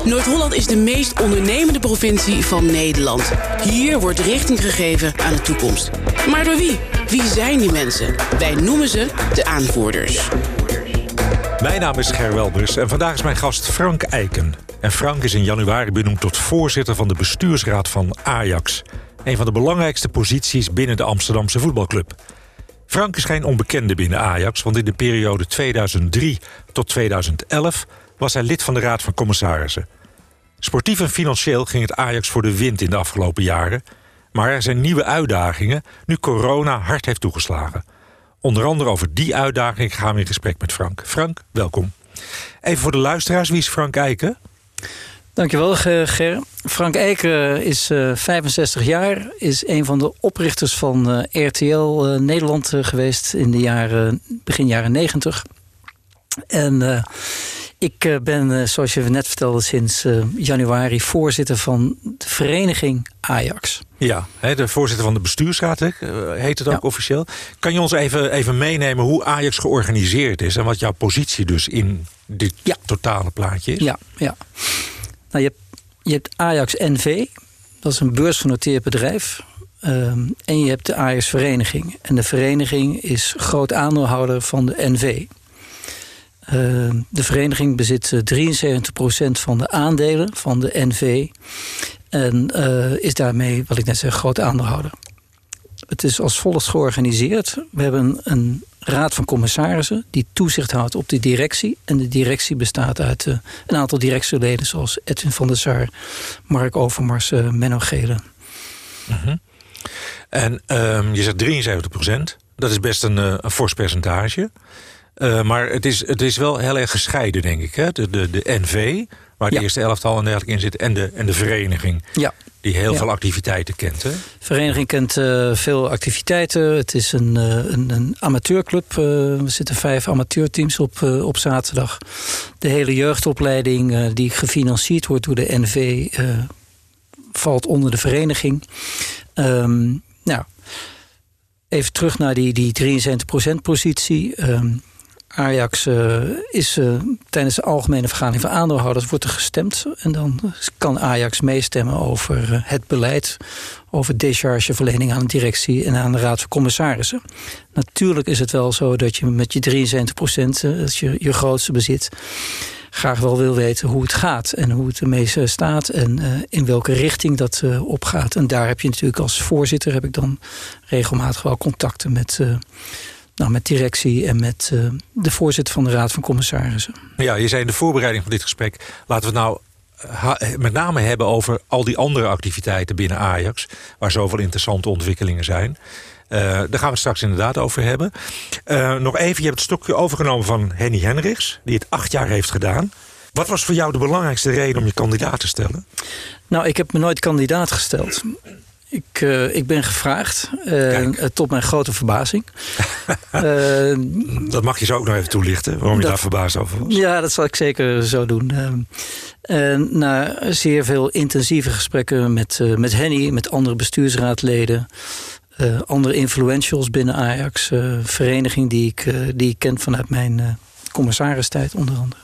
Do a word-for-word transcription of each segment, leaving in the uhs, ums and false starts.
Noord-Holland is de meest ondernemende provincie van Nederland. Hier wordt richting gegeven aan de toekomst. Maar door wie? Wie zijn die mensen? Wij noemen ze de aanvoerders. Mijn naam is Ger Welbers en vandaag is mijn gast Frank Eiken. En Frank is in januari benoemd tot voorzitter van de bestuursraad van Ajax. Een van de belangrijkste posities binnen de Amsterdamse voetbalclub. Frank is geen onbekende binnen Ajax, want in de periode tweeduizend drie tot tweeduizend elf... was hij lid van de Raad van Commissarissen. Sportief en financieel ging het Ajax voor de wind in de afgelopen jaren. Maar er zijn nieuwe uitdagingen nu corona hard heeft toegeslagen. Onder andere over die uitdaging gaan we in gesprek met Frank. Frank, welkom. Even voor de luisteraars, wie is Frank Eiken? Dankjewel, Ger. Frank Eiken is uh, vijfenzestig jaar, is een van de oprichters van uh, R T L uh, Nederland uh, geweest in de jaren, begin jaren negentig. En uh, ik uh, ben, uh, zoals je net vertelde, sinds uh, januari voorzitter van de vereniging Ajax. Ja, de voorzitter van de bestuursraad heet het ook ja. officieel. Kan je ons even, even meenemen hoe Ajax georganiseerd is en wat jouw positie dus in dit ja. totale plaatje is? Ja, ja. Nou, je, hebt, je hebt Ajax N V, dat is een beursgenoteerd bedrijf. Um, en je hebt de Ajax Vereniging. En de vereniging is groot aandeelhouder van de N V. Uh, de vereniging bezit uh, drieënzeventig procent van de aandelen van de N V. En uh, is daarmee, wat ik net zei, groot aandeelhouder. Het is als volgt georganiseerd. We hebben een raad van commissarissen die toezicht houdt op de directie. En de directie bestaat uit uh, een aantal directieleden zoals Edwin van der Sar, Mark Overmars, uh, Menno Gele. Uh-huh. En um, je zegt drieënzeventig procent. Dat is best een, uh, een fors percentage. Uh, maar het is, het is wel heel erg gescheiden, denk ik. Hè? De, de, de N V, waar de ja. eerste elftal en dergelijke in zit, en de, en de vereniging. Ja. Die heel ja. veel activiteiten kent. Hè? De vereniging kent uh, veel activiteiten. Het is een, uh, een, een amateurclub. Uh, er zitten vijf amateurteams op, uh, op zaterdag. De hele jeugdopleiding uh, die gefinancierd wordt door de N V uh, valt onder de vereniging. Um, nou, even terug naar die, die drieënzeventig procent positie. Um, Ajax uh, is uh, tijdens de algemene vergadering van aandeelhouders wordt er gestemd. En dan kan Ajax meestemmen over uh, het beleid, over dechargeverlening aan de directie en aan de raad van commissarissen. Natuurlijk is het wel zo dat je met je drieënzeventig procent, uh, dat is je, je grootste bezit, graag wel wil weten hoe het gaat en hoe het ermee staat en uh, in welke richting dat uh, opgaat. En daar heb je natuurlijk als voorzitter heb ik dan regelmatig wel contacten met Uh, Nou, met directie en met uh, de voorzitter van de Raad van Commissarissen. Ja, je zei in de voorbereiding van dit gesprek, laten we het nou ha- met name hebben over al die andere activiteiten binnen Ajax, waar zoveel interessante ontwikkelingen zijn. Uh, daar gaan we het straks inderdaad over hebben. Uh, nog even, je hebt het stokje overgenomen van Henny Hendricks, die het acht jaar heeft gedaan. Wat was voor jou de belangrijkste reden om je kandidaat te stellen? Nou, ik heb me nooit kandidaat gesteld. Ik, uh, ik ben gevraagd, uh, tot mijn grote verbazing. uh, dat mag je zo ook nog even toelichten, waarom je dat, daar verbaasd over was. Ja, dat zal ik zeker zo doen. Uh, uh, na zeer veel intensieve gesprekken met, uh, met Henny, met andere bestuursraadleden, uh, andere influentials binnen Ajax, uh, vereniging die ik, uh, die ik ken vanuit mijn uh, commissaristijd onder andere.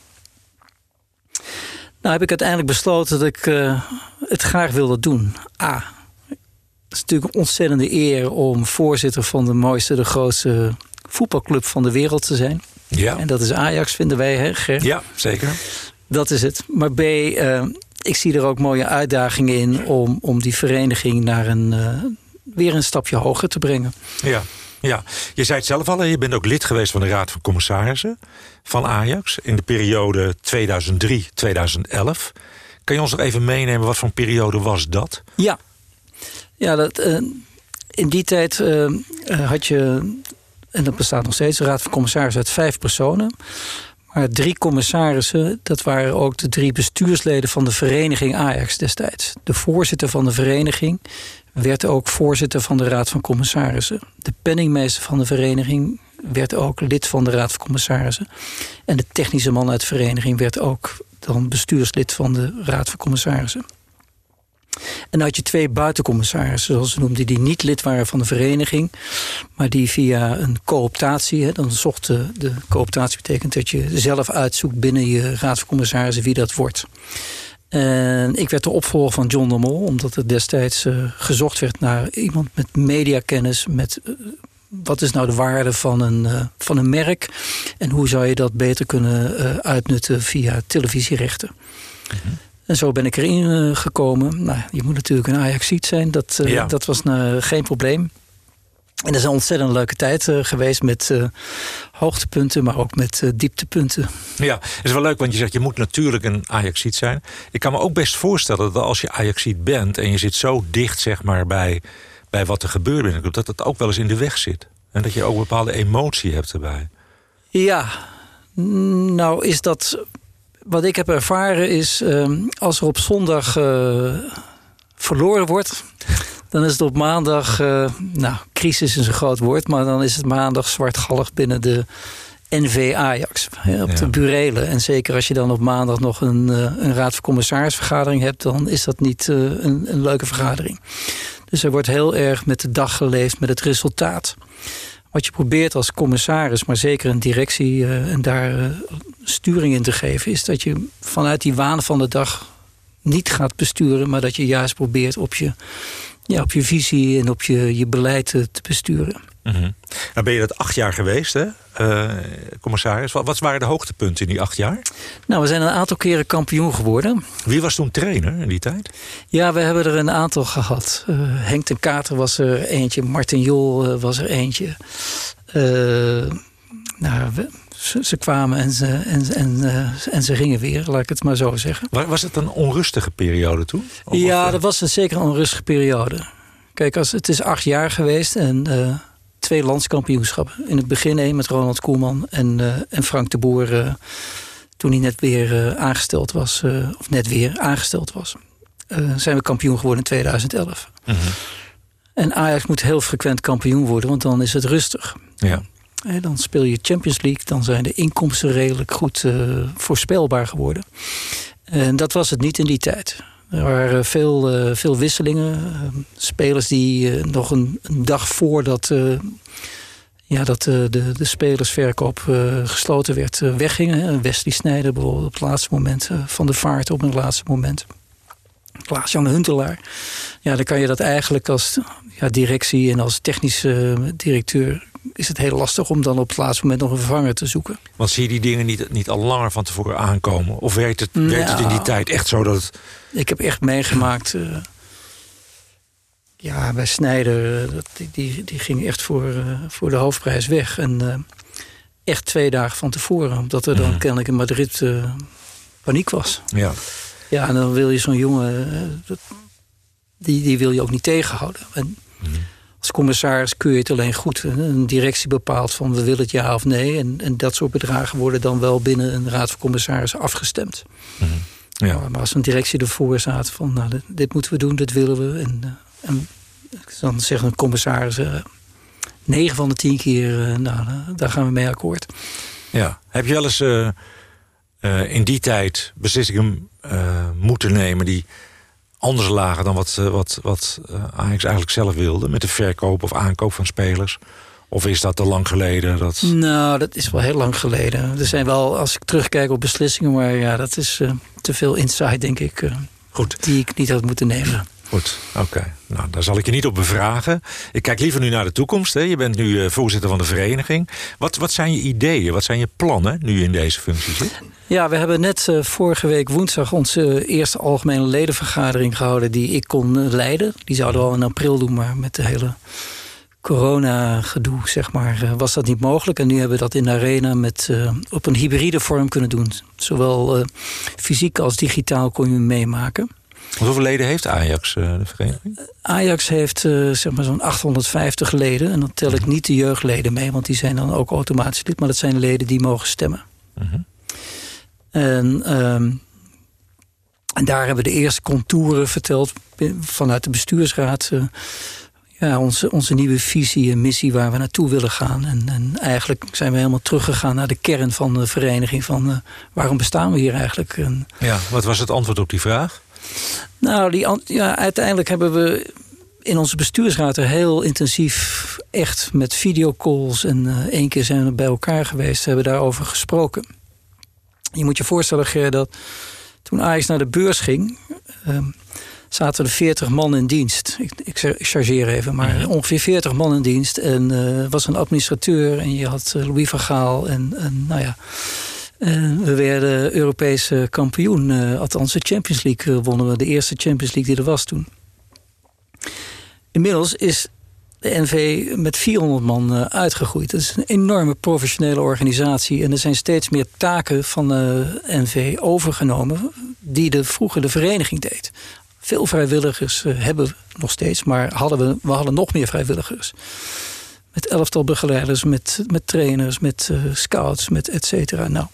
Nou heb ik uiteindelijk besloten dat ik uh, het graag wilde doen. A. Het is natuurlijk een ontzettende eer om voorzitter van de mooiste, de grootste voetbalclub van de wereld te zijn. Ja. En dat is Ajax, vinden wij, hè, Ger? Ja, zeker. Dat is het. Maar B, uh, ik zie er ook mooie uitdagingen in om, om die vereniging naar een, uh, weer een stapje hoger te brengen. Ja. Ja, je zei het zelf al, je bent ook lid geweest van de Raad van Commissarissen van Ajax in de periode tweeduizend drie tot tweeduizend elf. Kan je ons nog even meenemen, wat voor een periode was dat? Ja, ja dat, uh, in die tijd uh, had je, en dat bestaat nog steeds, de Raad van Commissarissen uit vijf personen. Maar drie commissarissen, dat waren ook de drie bestuursleden van de vereniging Ajax destijds. De voorzitter van de vereniging werd ook voorzitter van de Raad van Commissarissen. De penningmeester van de vereniging werd ook lid van de Raad van Commissarissen. En de technische man uit de vereniging werd ook dan bestuurslid van de Raad van Commissarissen. En dan had je twee buitencommissarissen, zoals ze noemden, die niet lid waren van de vereniging, maar die via een cooptatie, hè, dan zocht de, de cooptatie betekent dat je zelf uitzoekt binnen je Raad van Commissarissen wie dat wordt. En ik werd de opvolger van John de Mol, omdat er destijds uh, gezocht werd naar iemand met mediakennis, met uh, wat is nou de waarde van een, uh, van een merk en hoe zou je dat beter kunnen uh, uitnutten via televisierechten. Mm-hmm. En zo ben ik erin uh, gekomen. Nou, je moet natuurlijk een Ajaxiet zijn, dat, uh, ja. dat was uh, geen probleem. En dat is een ontzettend leuke tijd uh, geweest met uh, hoogtepunten, maar ook met uh, dieptepunten. Ja, het is wel leuk, want je zegt je moet natuurlijk een Ajaxiet zijn. Ik kan me ook best voorstellen dat als je Ajaxiet bent en je zit zo dicht zeg maar bij, bij wat er gebeurt binnen de club, dat het ook wel eens in de weg zit. En dat je ook een bepaalde emotie hebt erbij. Ja, nou is dat wat ik heb ervaren is uh, als er op zondag uh, verloren wordt, dan is het op maandag, uh, nou, crisis is een groot woord, maar dan is het maandag zwartgallig binnen de N V Ajax. Hè, op ja. de burelen. En zeker als je dan op maandag nog een, uh, een raad van commissarisvergadering hebt, dan is dat niet uh, een, een leuke vergadering. Dus er wordt heel erg met de dag geleefd, met het resultaat. Wat je probeert als commissaris, maar zeker een directie uh, en daar uh, sturing in te geven, is dat je vanuit die waan van de dag niet gaat besturen, maar dat je juist probeert op je Ja, op je visie en op je, je beleid te, te besturen. Mm-hmm. Nou ben je dat acht jaar geweest, hè, uh, commissaris. Wat, wat waren de hoogtepunten in die acht jaar? Nou, we zijn een aantal keren kampioen geworden. Wie was toen trainer in die tijd? Ja, we hebben er een aantal gehad. Uh, Henk ten Kater was er eentje. Martin Jol uh, was er eentje. Uh, nou, we, ze, ze kwamen en ze, en, en, uh, en ze gingen weer, laat ik het maar zo zeggen. Was het een onrustige periode toen? Of ja, of, uh... dat was een zeker een onrustige periode. Kijk, als, het is acht jaar geweest en uh, twee landskampioenschappen. In het begin één met Ronald Koeman en, uh, en Frank de Boer uh, toen hij net weer uh, aangesteld was. Uh, of net weer aangesteld was. Uh, zijn we kampioen geworden in tweeduizend elf. Mm-hmm. En Ajax moet heel frequent kampioen worden, want dan is het rustig. Ja. En dan speel je Champions League, dan zijn de inkomsten redelijk goed uh, voorspelbaar geworden. En dat was het niet in die tijd. Er waren veel, uh, veel wisselingen. Uh, spelers die uh, nog een, een dag voordat uh, ja, dat, uh, de, de spelersverkoop uh, gesloten werd, uh, weggingen. Hè. Wesley Sneijder bijvoorbeeld op het laatste moment. Uh, Van der Vaart op het laatste moment. Klaas-Jan Huntelaar. Ja, dan kan je dat eigenlijk als ja, directie en als technische uh, directeur is het heel lastig om dan op het laatste moment nog een vervanger te zoeken. Want zie je die dingen niet, niet al langer van tevoren aankomen? Of werkt het, nou, werkt het in die tijd echt zo dat het... Ik heb echt meegemaakt... Uh, ja, bij Sneijder, uh, die, die, die ging echt voor, uh, voor de hoofdprijs weg. En uh, echt twee dagen van tevoren. Omdat er dan mm. kennelijk in Madrid uh, paniek was. Ja. Ja, en dan wil je zo'n jongen... Uh, dat, die, die wil je ook niet tegenhouden. En... Mm. Als commissaris keur je het alleen goed. Een directie bepaalt van we willen het ja of nee. En, en dat soort bedragen worden dan wel binnen een raad van commissarissen afgestemd. Mm-hmm. Ja. Maar als een directie ervoor staat van nou, dit, dit moeten we doen, dit willen we. En, en dan zeggen een commissaris uh, negen van de tien keer, uh, nou, daar gaan we mee akkoord. Ja. Heb je wel eens uh, uh, in die tijd beslissingen uh, moeten nemen die anders lagen dan wat, wat, wat Ajax eigenlijk zelf wilde, met de verkoop of aankoop van spelers? Of is dat te lang geleden? Dat... Nou, dat is wel heel lang geleden. Er zijn wel, als ik terugkijk op beslissingen, maar ja, dat is uh, te veel insight, denk ik, uh, Goed. die ik niet had moeten nemen. Goed, oké. Okay. Nou, daar zal ik je niet op bevragen. Ik kijk liever nu naar de toekomst. Hè. Je bent nu uh, voorzitter van de vereniging. Wat, wat zijn je ideeën? Wat zijn je plannen nu in deze functie zit? Ja, we hebben net uh, vorige week woensdag onze eerste algemene ledenvergadering gehouden die ik kon uh, leiden. Die zouden we al in april doen, maar met de hele corona-gedoe, zeg maar, uh, was dat niet mogelijk. En nu hebben we dat in de arena met, uh, op een hybride vorm kunnen doen. Zowel uh, fysiek als digitaal kon je meemaken. Hoeveel leden heeft Ajax, uh, de vereniging? Ajax heeft uh, zeg maar zo'n achthonderdvijftig leden. En dan tel ik niet de jeugdleden mee, want die zijn dan ook automatisch lid. Maar dat zijn leden die mogen stemmen. Uh-huh. En, um, en daar hebben we de eerste contouren verteld vanuit de bestuursraad. Uh, ja, onze, onze nieuwe visie en missie waar we naartoe willen gaan. En, en eigenlijk zijn we helemaal teruggegaan naar de kern van de vereniging. Van uh, waarom bestaan we hier eigenlijk? En, ja, wat was het antwoord op die vraag? Nou, die, ja, uiteindelijk hebben we in onze bestuursraad er heel intensief echt met videocalls en uh, één keer zijn we bij elkaar geweest, hebben daarover gesproken. Je moet je voorstellen, Ger, dat Toen Ajax naar de beurs ging, uh, zaten er veertig man in dienst. Ik, ik chargeer even, maar mm-hmm. ongeveer veertig man in dienst. En er uh, was een administrateur en je had uh, Louis van Gaal. En, en nou ja, uh, we werden Europese kampioen. Uh, althans, de Champions League uh, wonnen we. De eerste Champions League die er was toen. Inmiddels is de N V met vierhonderd man uh, uitgegroeid. Dat is een enorme professionele organisatie. En er zijn steeds meer taken van de uh, N V overgenomen die de, vroeger de vereniging deed. Veel vrijwilligers uh, hebben we nog steeds, maar hadden we, we hadden nog meer vrijwilligers. Met elftal begeleiders, met, met trainers, met uh, scouts, met et cetera. Nou,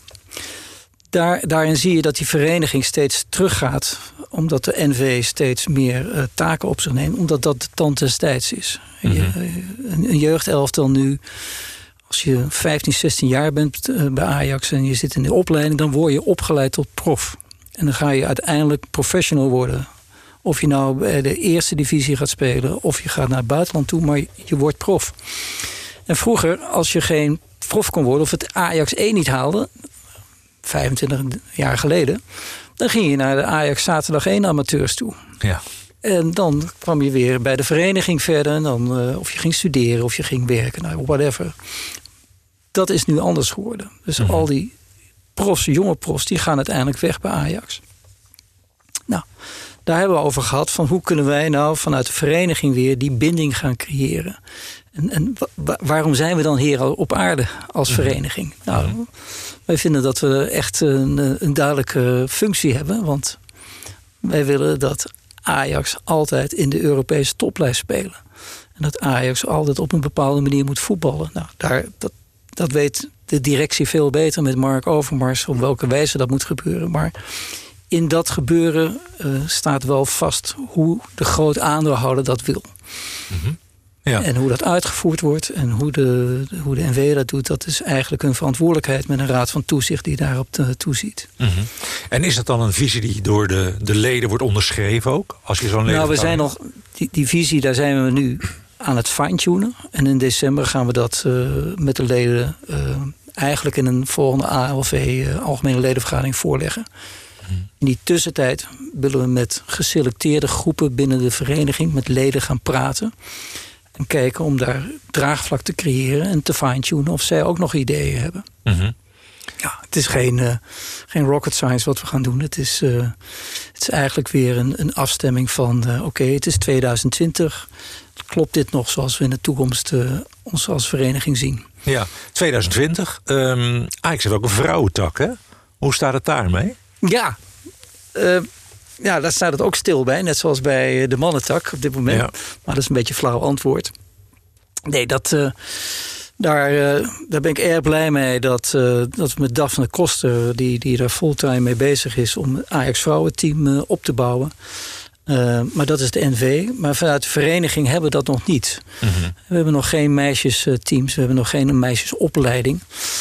daar, daarin zie je dat die vereniging steeds teruggaat, omdat de N V steeds meer uh, taken op zich neemt, omdat dat de tand des tijds is. Mm-hmm. Je, een, een jeugdelftal nu, als je vijftien, zestien jaar bent uh, bij Ajax en je zit in de opleiding, dan word je opgeleid tot prof. En dan ga je uiteindelijk professional worden. Of je nou bij de eerste divisie gaat spelen, of je gaat naar het buitenland toe, maar je wordt prof. En vroeger, als je geen prof kon worden, of het Ajax één niet haalde, vijfentwintig jaar geleden, dan ging je naar de Ajax Zaterdag één amateurs toe. Ja. En dan kwam je weer bij de vereniging verder. En dan, uh, of je ging studeren, of je ging werken, nou, whatever. Dat is nu anders geworden. Dus mm-hmm. al die profs, jonge profs, die gaan uiteindelijk weg bij Ajax. Nou, daar hebben we over gehad van hoe kunnen wij nou vanuit de vereniging weer die binding gaan creëren. En, en wa- waarom zijn we dan hier op aarde als vereniging? Nou, mm-hmm. wij vinden dat we echt een, een duidelijke functie hebben. Want wij willen dat Ajax altijd in de Europese top blijft spelen. En dat Ajax altijd op een bepaalde manier moet voetballen. Nou, daar, dat, dat weet de directie veel beter met Mark Overmars op welke wijze dat moet gebeuren. Maar in dat gebeuren uh, staat wel vast hoe de groot aandeelhouder dat wil. Mm-hmm. Ja. En hoe dat uitgevoerd wordt en hoe de, hoe de N V dat doet, dat is eigenlijk een verantwoordelijkheid met een raad van toezicht die daarop toeziet. Mm-hmm. En is dat dan een visie die door de, de leden wordt onderschreven ook? Als je zo'n nou, we zijn nog, die, die visie, daar zijn we nu aan het fine-tunen. En in december gaan we dat uh, met de leden uh, eigenlijk in een volgende A L V, uh, Algemene Ledenvergadering, voorleggen. Mm-hmm. In die tussentijd willen we met geselecteerde groepen binnen de vereniging, met leden gaan praten. En kijken om daar draagvlak te creëren en te fine-tunen of zij ook nog ideeën hebben. Mm-hmm. Ja, het is geen, uh, geen rocket science wat we gaan doen. Het is, uh, het is eigenlijk weer een, een afstemming van uh, oké, okay, het is tweeduizend twintig. Klopt dit nog zoals we in de toekomst uh, ons als vereniging zien? Ja, tweeduizend twintig. Um, Ajax heeft ook een vrouwentak, hè? Hoe staat het daarmee? Ja, uh, Ja, daar staat het ook stil bij. Net zoals bij de mannentak op dit moment. Ja. Maar dat is een beetje een flauw antwoord. Nee, dat, uh, daar, uh, daar ben ik erg blij mee dat, uh, dat we met Daphne Koster, die, die daar fulltime mee bezig is om het Ajax vrouwenteam uh, op te bouwen. Uh, maar dat is de N V. Maar vanuit de vereniging hebben we dat nog niet. Mm-hmm. We hebben nog geen meisjesteams. We hebben nog geen meisjesopleiding.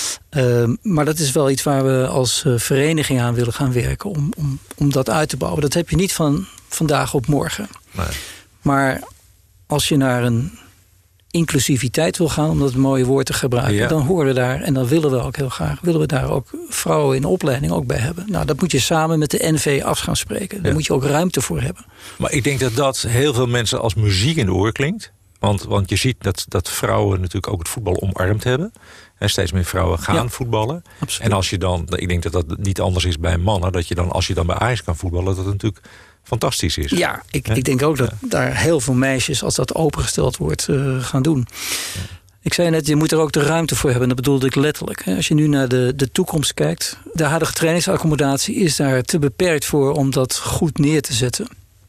Uh, maar dat is wel iets waar we als uh, vereniging aan willen gaan werken. Om, om, om dat uit te bouwen. Dat heb je niet van vandaag op morgen. Nee. Maar als je naar een inclusiviteit wil gaan, om dat mooie woord te gebruiken, ja. dan horen we daar, en dan willen we ook heel graag, willen we daar ook vrouwen in de opleiding ook bij hebben. Nou, dat moet je samen met de N V af gaan spreken. Daar ja. moet je ook ruimte voor hebben. Maar ik denk dat dat heel veel mensen als muziek in de oor klinkt. Want, want je ziet dat, dat vrouwen natuurlijk ook het voetbal omarmd hebben. En steeds meer vrouwen gaan ja, voetballen. Absoluut. En als je dan, ik denk dat dat niet anders is bij mannen, dat je dan, als je dan bij Ajax kan voetballen, dat het natuurlijk fantastisch is. Ja, ik, ik denk ook dat ja. daar heel veel meisjes, als dat opengesteld wordt, uh, gaan doen. Ja. Ik zei net, je moet er ook de ruimte voor hebben. En dat bedoelde ik letterlijk. Als je nu naar de, de toekomst kijkt, de huidige trainingsaccommodatie is daar te beperkt voor om dat goed neer te zetten.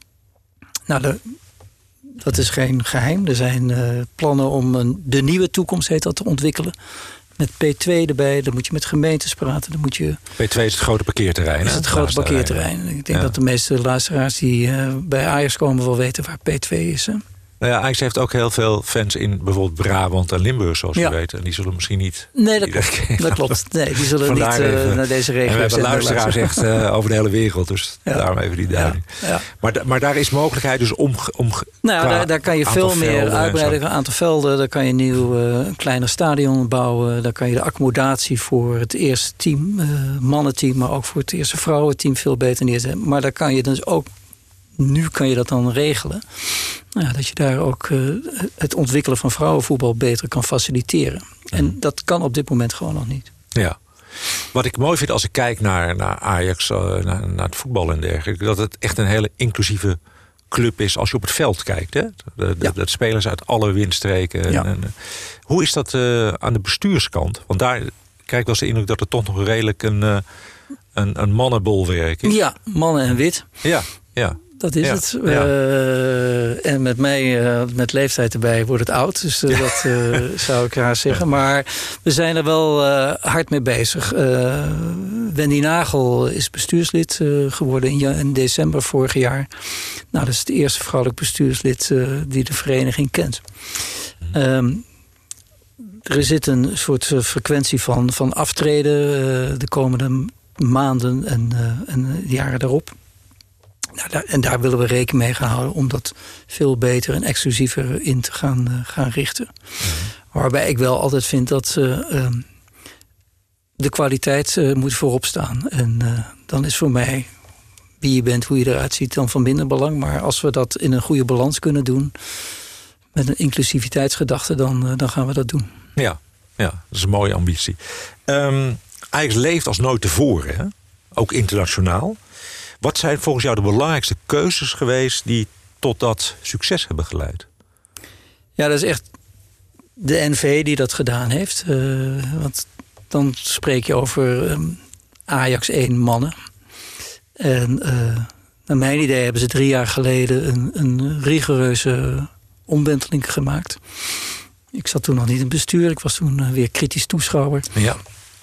Nou, de, dat is geen geheim. Er zijn uh, plannen om een, de nieuwe toekomst, heet dat, te ontwikkelen. Met P twee erbij, dan moet je met gemeentes praten. Dan moet je, P twee is het grote parkeerterrein. Dat is het grote parkeerterrein. Ik denk ja. dat de meeste luisteraars die uh, bij Ajax komen wel weten waar P twee is. Hè? Nou ja, Ajax heeft ook heel veel fans in bijvoorbeeld Brabant en Limburg, zoals ja. je weet. En die zullen misschien niet... Nee, dat klopt. Dat klopt. Nee, die zullen niet uh, naar deze regio. En we hebben luisteraars echt uh, over de hele wereld. Dus ja. daarom even die duiding. Ja. Ja. Maar, maar daar is mogelijkheid dus om... om nou, daar, daar kan je veel meer uitbreiden. Een aantal velden. Daar kan je nieuw uh, een kleiner stadion bouwen. Daar kan je de accommodatie voor het eerste team, uh, mannenteam, maar ook voor het eerste vrouwenteam veel beter neerzetten. Maar daar kan je dus ook... Nu kan je dat dan regelen. Nou, dat je daar ook uh, het ontwikkelen van vrouwenvoetbal beter kan faciliteren. En dat kan op dit moment gewoon nog niet. Ja. Wat ik mooi vind als ik kijk naar, naar Ajax, uh, naar, naar het voetbal en dergelijke, dat het echt een hele inclusieve club is als je op het veld kijkt. Hè? De, de, ja. Dat spelers uit alle windstreken. Ja. En, en, hoe is dat uh, aan de bestuurskant? Want daar krijg ik wel eens de indruk dat het toch nog redelijk een, uh, een, een mannenbolwerk is. Ja, mannen en wit. Ja, ja. Dat is ja, het. Ja. Uh, en met mij, uh, met leeftijd erbij, wordt het oud. Dus uh, ja. dat uh, zou ik haar zeggen. Maar we zijn er wel uh, hard mee bezig. Uh, Wendy Nagel is bestuurslid uh, geworden in, in december vorig jaar. Nou, dat is het eerste vrouwelijk bestuurslid uh, die de vereniging kent. Um, er zit een soort frequentie van, van aftreden uh, de komende maanden en, uh, en de jaren daarop. Nou, daar, en daar willen we rekening mee gaan houden om dat veel beter en exclusiever in te gaan, uh, gaan richten. Mm-hmm. Waarbij ik wel altijd vind dat uh, um, de kwaliteit uh, moet voorop staan. En uh, dan is voor mij wie je bent, hoe je eruit ziet, dan van minder belang. Maar als we dat in een goede balans kunnen doen, met een inclusiviteitsgedachte, dan, uh, dan gaan we dat doen. Ja, ja, dat is een mooie ambitie. Um, Ajax leeft als nooit tevoren, hè? Ook internationaal. Wat zijn volgens jou de belangrijkste keuzes geweest die tot dat succes hebben geleid? Ja, dat is echt de N V die dat gedaan heeft. Uh, want dan spreek je over um, Ajax één mannen. En uh, naar mijn idee hebben ze drie jaar geleden een, een rigoureuze omwenteling gemaakt. Ik zat toen nog niet in het bestuur. Ik was toen uh, weer kritisch toeschouwer. Ja.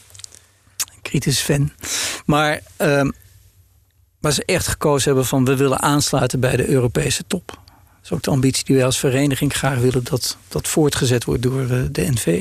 Kritisch fan. Maar... Um, waar ze echt gekozen hebben van we willen aansluiten bij de Europese top. Dat is ook de ambitie die wij als vereniging graag willen dat dat voortgezet wordt door de N V.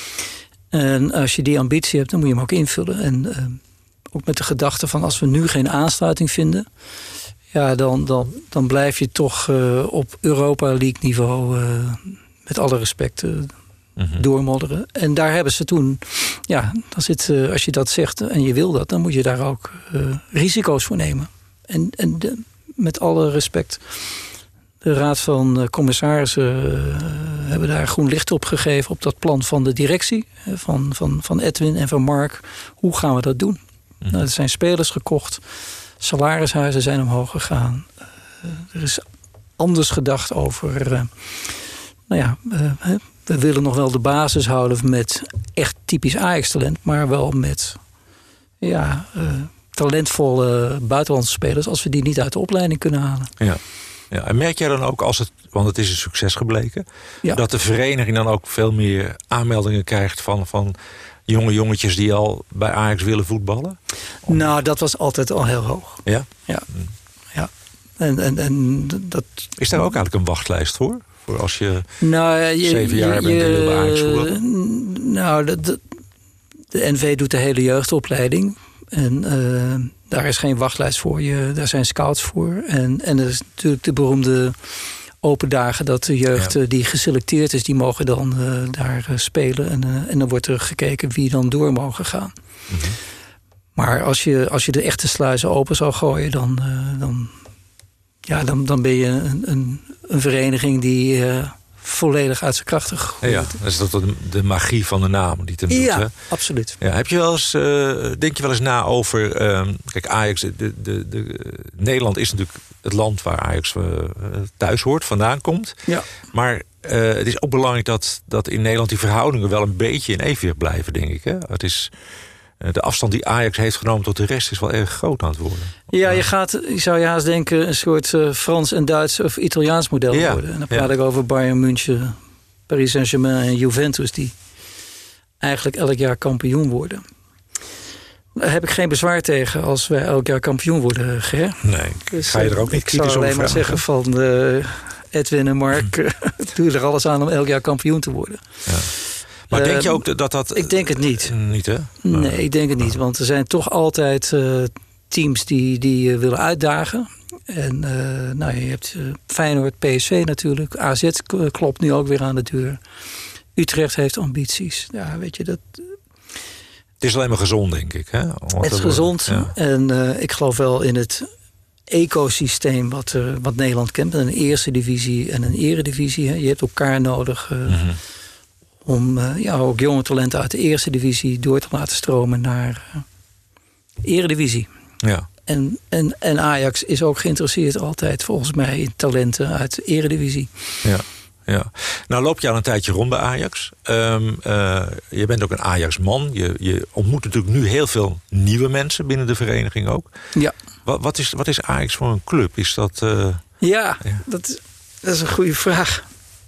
En als je die ambitie hebt, dan moet je hem ook invullen. En uh, ook met de gedachte van als we nu geen aansluiting vinden, ja, dan, dan, dan blijf je toch uh, op Europa League niveau uh, met alle respect uh, mm-hmm. doormodderen. En daar hebben ze toen, ja, dan zit, uh, als je dat zegt en je wil dat, dan moet je daar ook uh, risico's voor nemen. En, en de, met alle respect, de Raad van uh, Commissarissen uh, hebben daar groen licht op gegeven op dat plan van de directie, uh, van, van, van Edwin en van Mark. Hoe gaan we dat doen? Mm-hmm. Nou, er zijn spelers gekocht, salarishuizen zijn omhoog gegaan. Uh, er is anders gedacht over, uh, nou ja, uh, we willen nog wel de basis houden met echt typisch Ajax-talent, maar wel met ja, uh, talentvolle buitenlandse spelers als we die niet uit de opleiding kunnen halen. Ja. Ja, en merk jij dan ook, als het, want het is een succes gebleken, ja. dat de vereniging dan ook veel meer aanmeldingen krijgt van, van jonge jongetjes die al bij Ajax willen voetballen? Nou, dat was altijd al heel hoog. Ja? Ja. ja. En, en, en dat... Is daar ook eigenlijk een wachtlijst voor? Voor als je, nou, je zeven jaar je, bent en wil bij Ajax voetballen? Nou, de, de, de N V doet de hele jeugdopleiding. En uh, daar is geen wachtlijst voor. Je, daar zijn scouts voor. En, en er is natuurlijk de beroemde open dagen dat de jeugd ja. die geselecteerd is, die mogen dan uh, daar uh, spelen. En, uh, en dan wordt er gekeken wie dan door mogen gaan. Mm-hmm. Maar als je, als je de echte sluizen open zou gooien, dan, uh, dan, ja, dan, dan ben je een, een, een vereniging die uh, volledig uit zijn krachten gegooid. Ja, dat is dat de, de magie van de naam die het hem doet. Ja, hè? absoluut. Ja, heb je wel eens, uh, denk je wel eens na over, uh, kijk, Ajax, de, de, de, Nederland is natuurlijk het land waar Ajax uh, thuis hoort, vandaan komt. Ja. Maar uh, het is ook belangrijk dat, dat in Nederland die verhoudingen wel een beetje in evenwicht blijven, denk ik. Hè? Het is... De afstand die Ajax heeft genomen tot de rest is wel erg groot aan het worden. Ja, je gaat, je zou je haast denken, een soort uh, Frans en Duits of Italiaans model ja, worden. En dan praat ja. ik over Bayern München, Paris Saint-Germain en Juventus, die eigenlijk elk jaar kampioen worden. Daar heb ik geen bezwaar tegen als wij elk jaar kampioen worden, Ger. Nee, dus, ga je er ook niet ik zou alleen maar zeggen van... Uh, Edwin en Mark uh, doen er alles aan om elk jaar kampioen te worden. Ja. Maar uh, denk je ook dat dat... Ik denk het niet. Uh, niet, hè? Nee, nee, ik denk het niet. Want er zijn toch altijd uh, teams die, die uh, willen uitdagen. En uh, nou, je hebt uh, Feyenoord, P S V natuurlijk. A Z klopt nu ook weer aan de deur. Utrecht heeft ambities. Ja, weet je, dat... Het is alleen maar gezond, denk ik. Hè? Het is gezond. Ja. En uh, ik geloof wel in het ecosysteem wat, uh, wat Nederland kent. Een eerste divisie en een eredivisie. Hè. Je hebt elkaar nodig uh, mm-hmm. om uh, ja, ook jonge talenten uit de eerste divisie door te laten stromen naar uh, eredivisie. Ja. En, en, en Ajax is ook geïnteresseerd altijd volgens mij in talenten uit de eredivisie. Ja. Ja. Nou loop je al een tijdje rond bij Ajax. Um, uh, je bent ook een Ajax-man. Je, je ontmoet natuurlijk nu heel veel nieuwe mensen binnen de vereniging ook. Ja. Wat, wat, is, wat is Ajax voor een club? Is dat... Uh, ja, ja. Dat, is, dat is een goede vraag.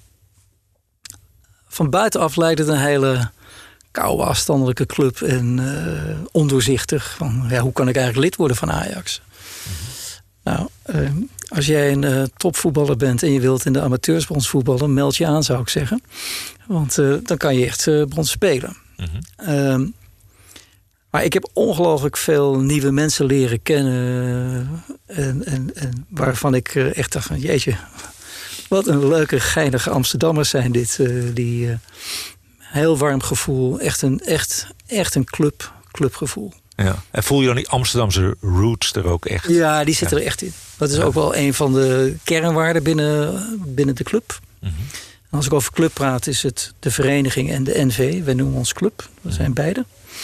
Van buitenaf lijkt het een hele koude, afstandelijke club. En uh, ondoorzichtig. Van, ja, hoe kan ik eigenlijk lid worden van Ajax? Nou, uh, als jij een uh, topvoetballer bent en je wilt in de amateurs bij ons voetballen, meld je aan, zou ik zeggen. Want uh, dan kan je echt uh, bij ons spelen. Mm-hmm. Um, maar ik heb ongelooflijk veel nieuwe mensen leren kennen. En, en, en waarvan ik uh, echt dacht van, jeetje, wat een leuke, geinige Amsterdammers zijn dit. Uh, die uh, heel warm gevoel, echt een, echt, echt een club, clubgevoel. Ja. En voel je dan die Amsterdamse roots er ook echt? Ja, die zitten ja. er echt in. Dat is ja. ook wel een van de kernwaarden binnen, binnen de club. Mm-hmm. Als ik over club praat, is het de vereniging en de N V. Wij noemen ons club. Dat zijn beide.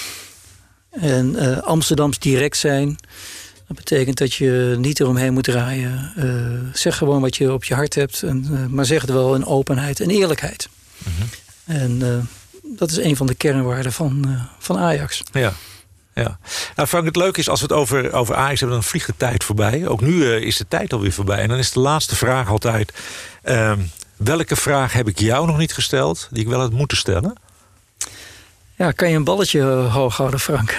En uh, Amsterdams direct zijn, dat betekent dat je niet eromheen moet draaien. Uh, zeg gewoon wat je op je hart hebt. En, uh, maar zeg het wel in openheid en eerlijkheid. Mm-hmm. En uh, dat is een van de kernwaarden van, uh, van Ajax. Ja. Ja. Nou, Frank, het leuke is, als we het over, over Ajax hebben, dan vliegt de tijd voorbij. Ook nu uh, is de tijd alweer voorbij. En dan is de laatste vraag altijd... Uh, welke vraag heb ik jou nog niet gesteld, die ik wel had moeten stellen? Ja, kan je een balletje hoog houden, Frank?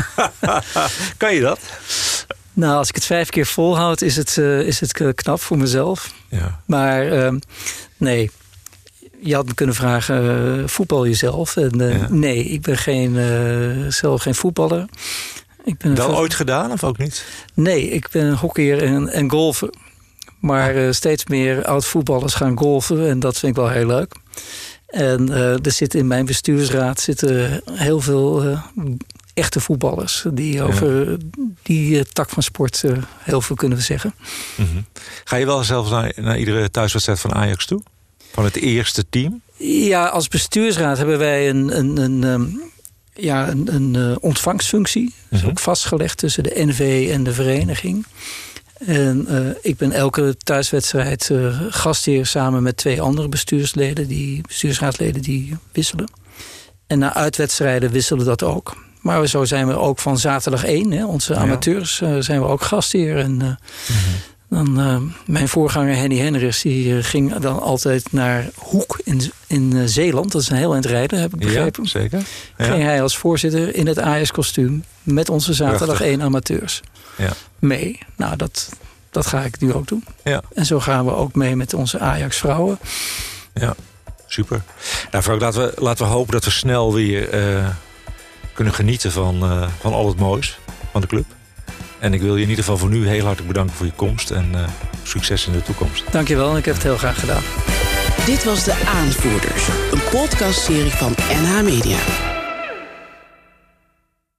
Kan je dat? Nou, als ik het vijf keer volhoud, is het, uh, is het knap voor mezelf. Ja. Maar uh, nee... Je had me kunnen vragen, uh, voetbal jezelf? En, uh, ja. Nee, ik ben geen, uh, zelf geen voetballer. Ik ben Wel ooit gedaan of ook niet? Nee, ik ben een hockeyer en, en golfer. Maar uh, steeds meer oud-voetballers gaan golfen. En dat vind ik wel heel leuk. En uh, er zit in mijn bestuursraad zitten heel veel uh, echte voetballers. Die over ja. die uh, tak van sport uh, heel veel kunnen zeggen. Mm-hmm. Ga je wel zelf naar, naar iedere thuiswedstrijd van Ajax toe? Van het eerste team? Ja, als bestuursraad hebben wij een, een, een, um, ja, een, een uh, ontvangstfunctie. Dat is mm-hmm. ook vastgelegd tussen de N V en de vereniging. En uh, ik ben elke thuiswedstrijd uh, gastheer samen met twee andere bestuursleden, die, bestuursraadleden die wisselen. En na uitwedstrijden wisselen dat ook. Maar zo zijn we ook van zaterdag één, hè, onze amateurs, uh, zijn we ook gastheer. En uh, mm-hmm. Dan, uh, mijn voorganger Henny Henrichs, die uh, ging dan altijd naar Hoek in, in uh, Zeeland. Dat is een heel eind rijden, heb ik begrepen. Ja, zeker. Ja. Ging hij als voorzitter in het Ajax-kostuum met onze zaterdag één amateurs ja. mee. Nou, dat, dat ga ik nu ook doen. Ja. En zo gaan we ook mee met onze Ajax-vrouwen. Ja, super. Nou, Frank, laten we, laten we hopen dat we snel weer uh, kunnen genieten van, uh, van al het moois van de club. En ik wil je in ieder geval voor nu heel hartelijk bedanken voor je komst. En uh, succes in de toekomst. Dankjewel, ik heb het heel graag gedaan. Dit was De Aanvoerders, een podcastserie van N H Media.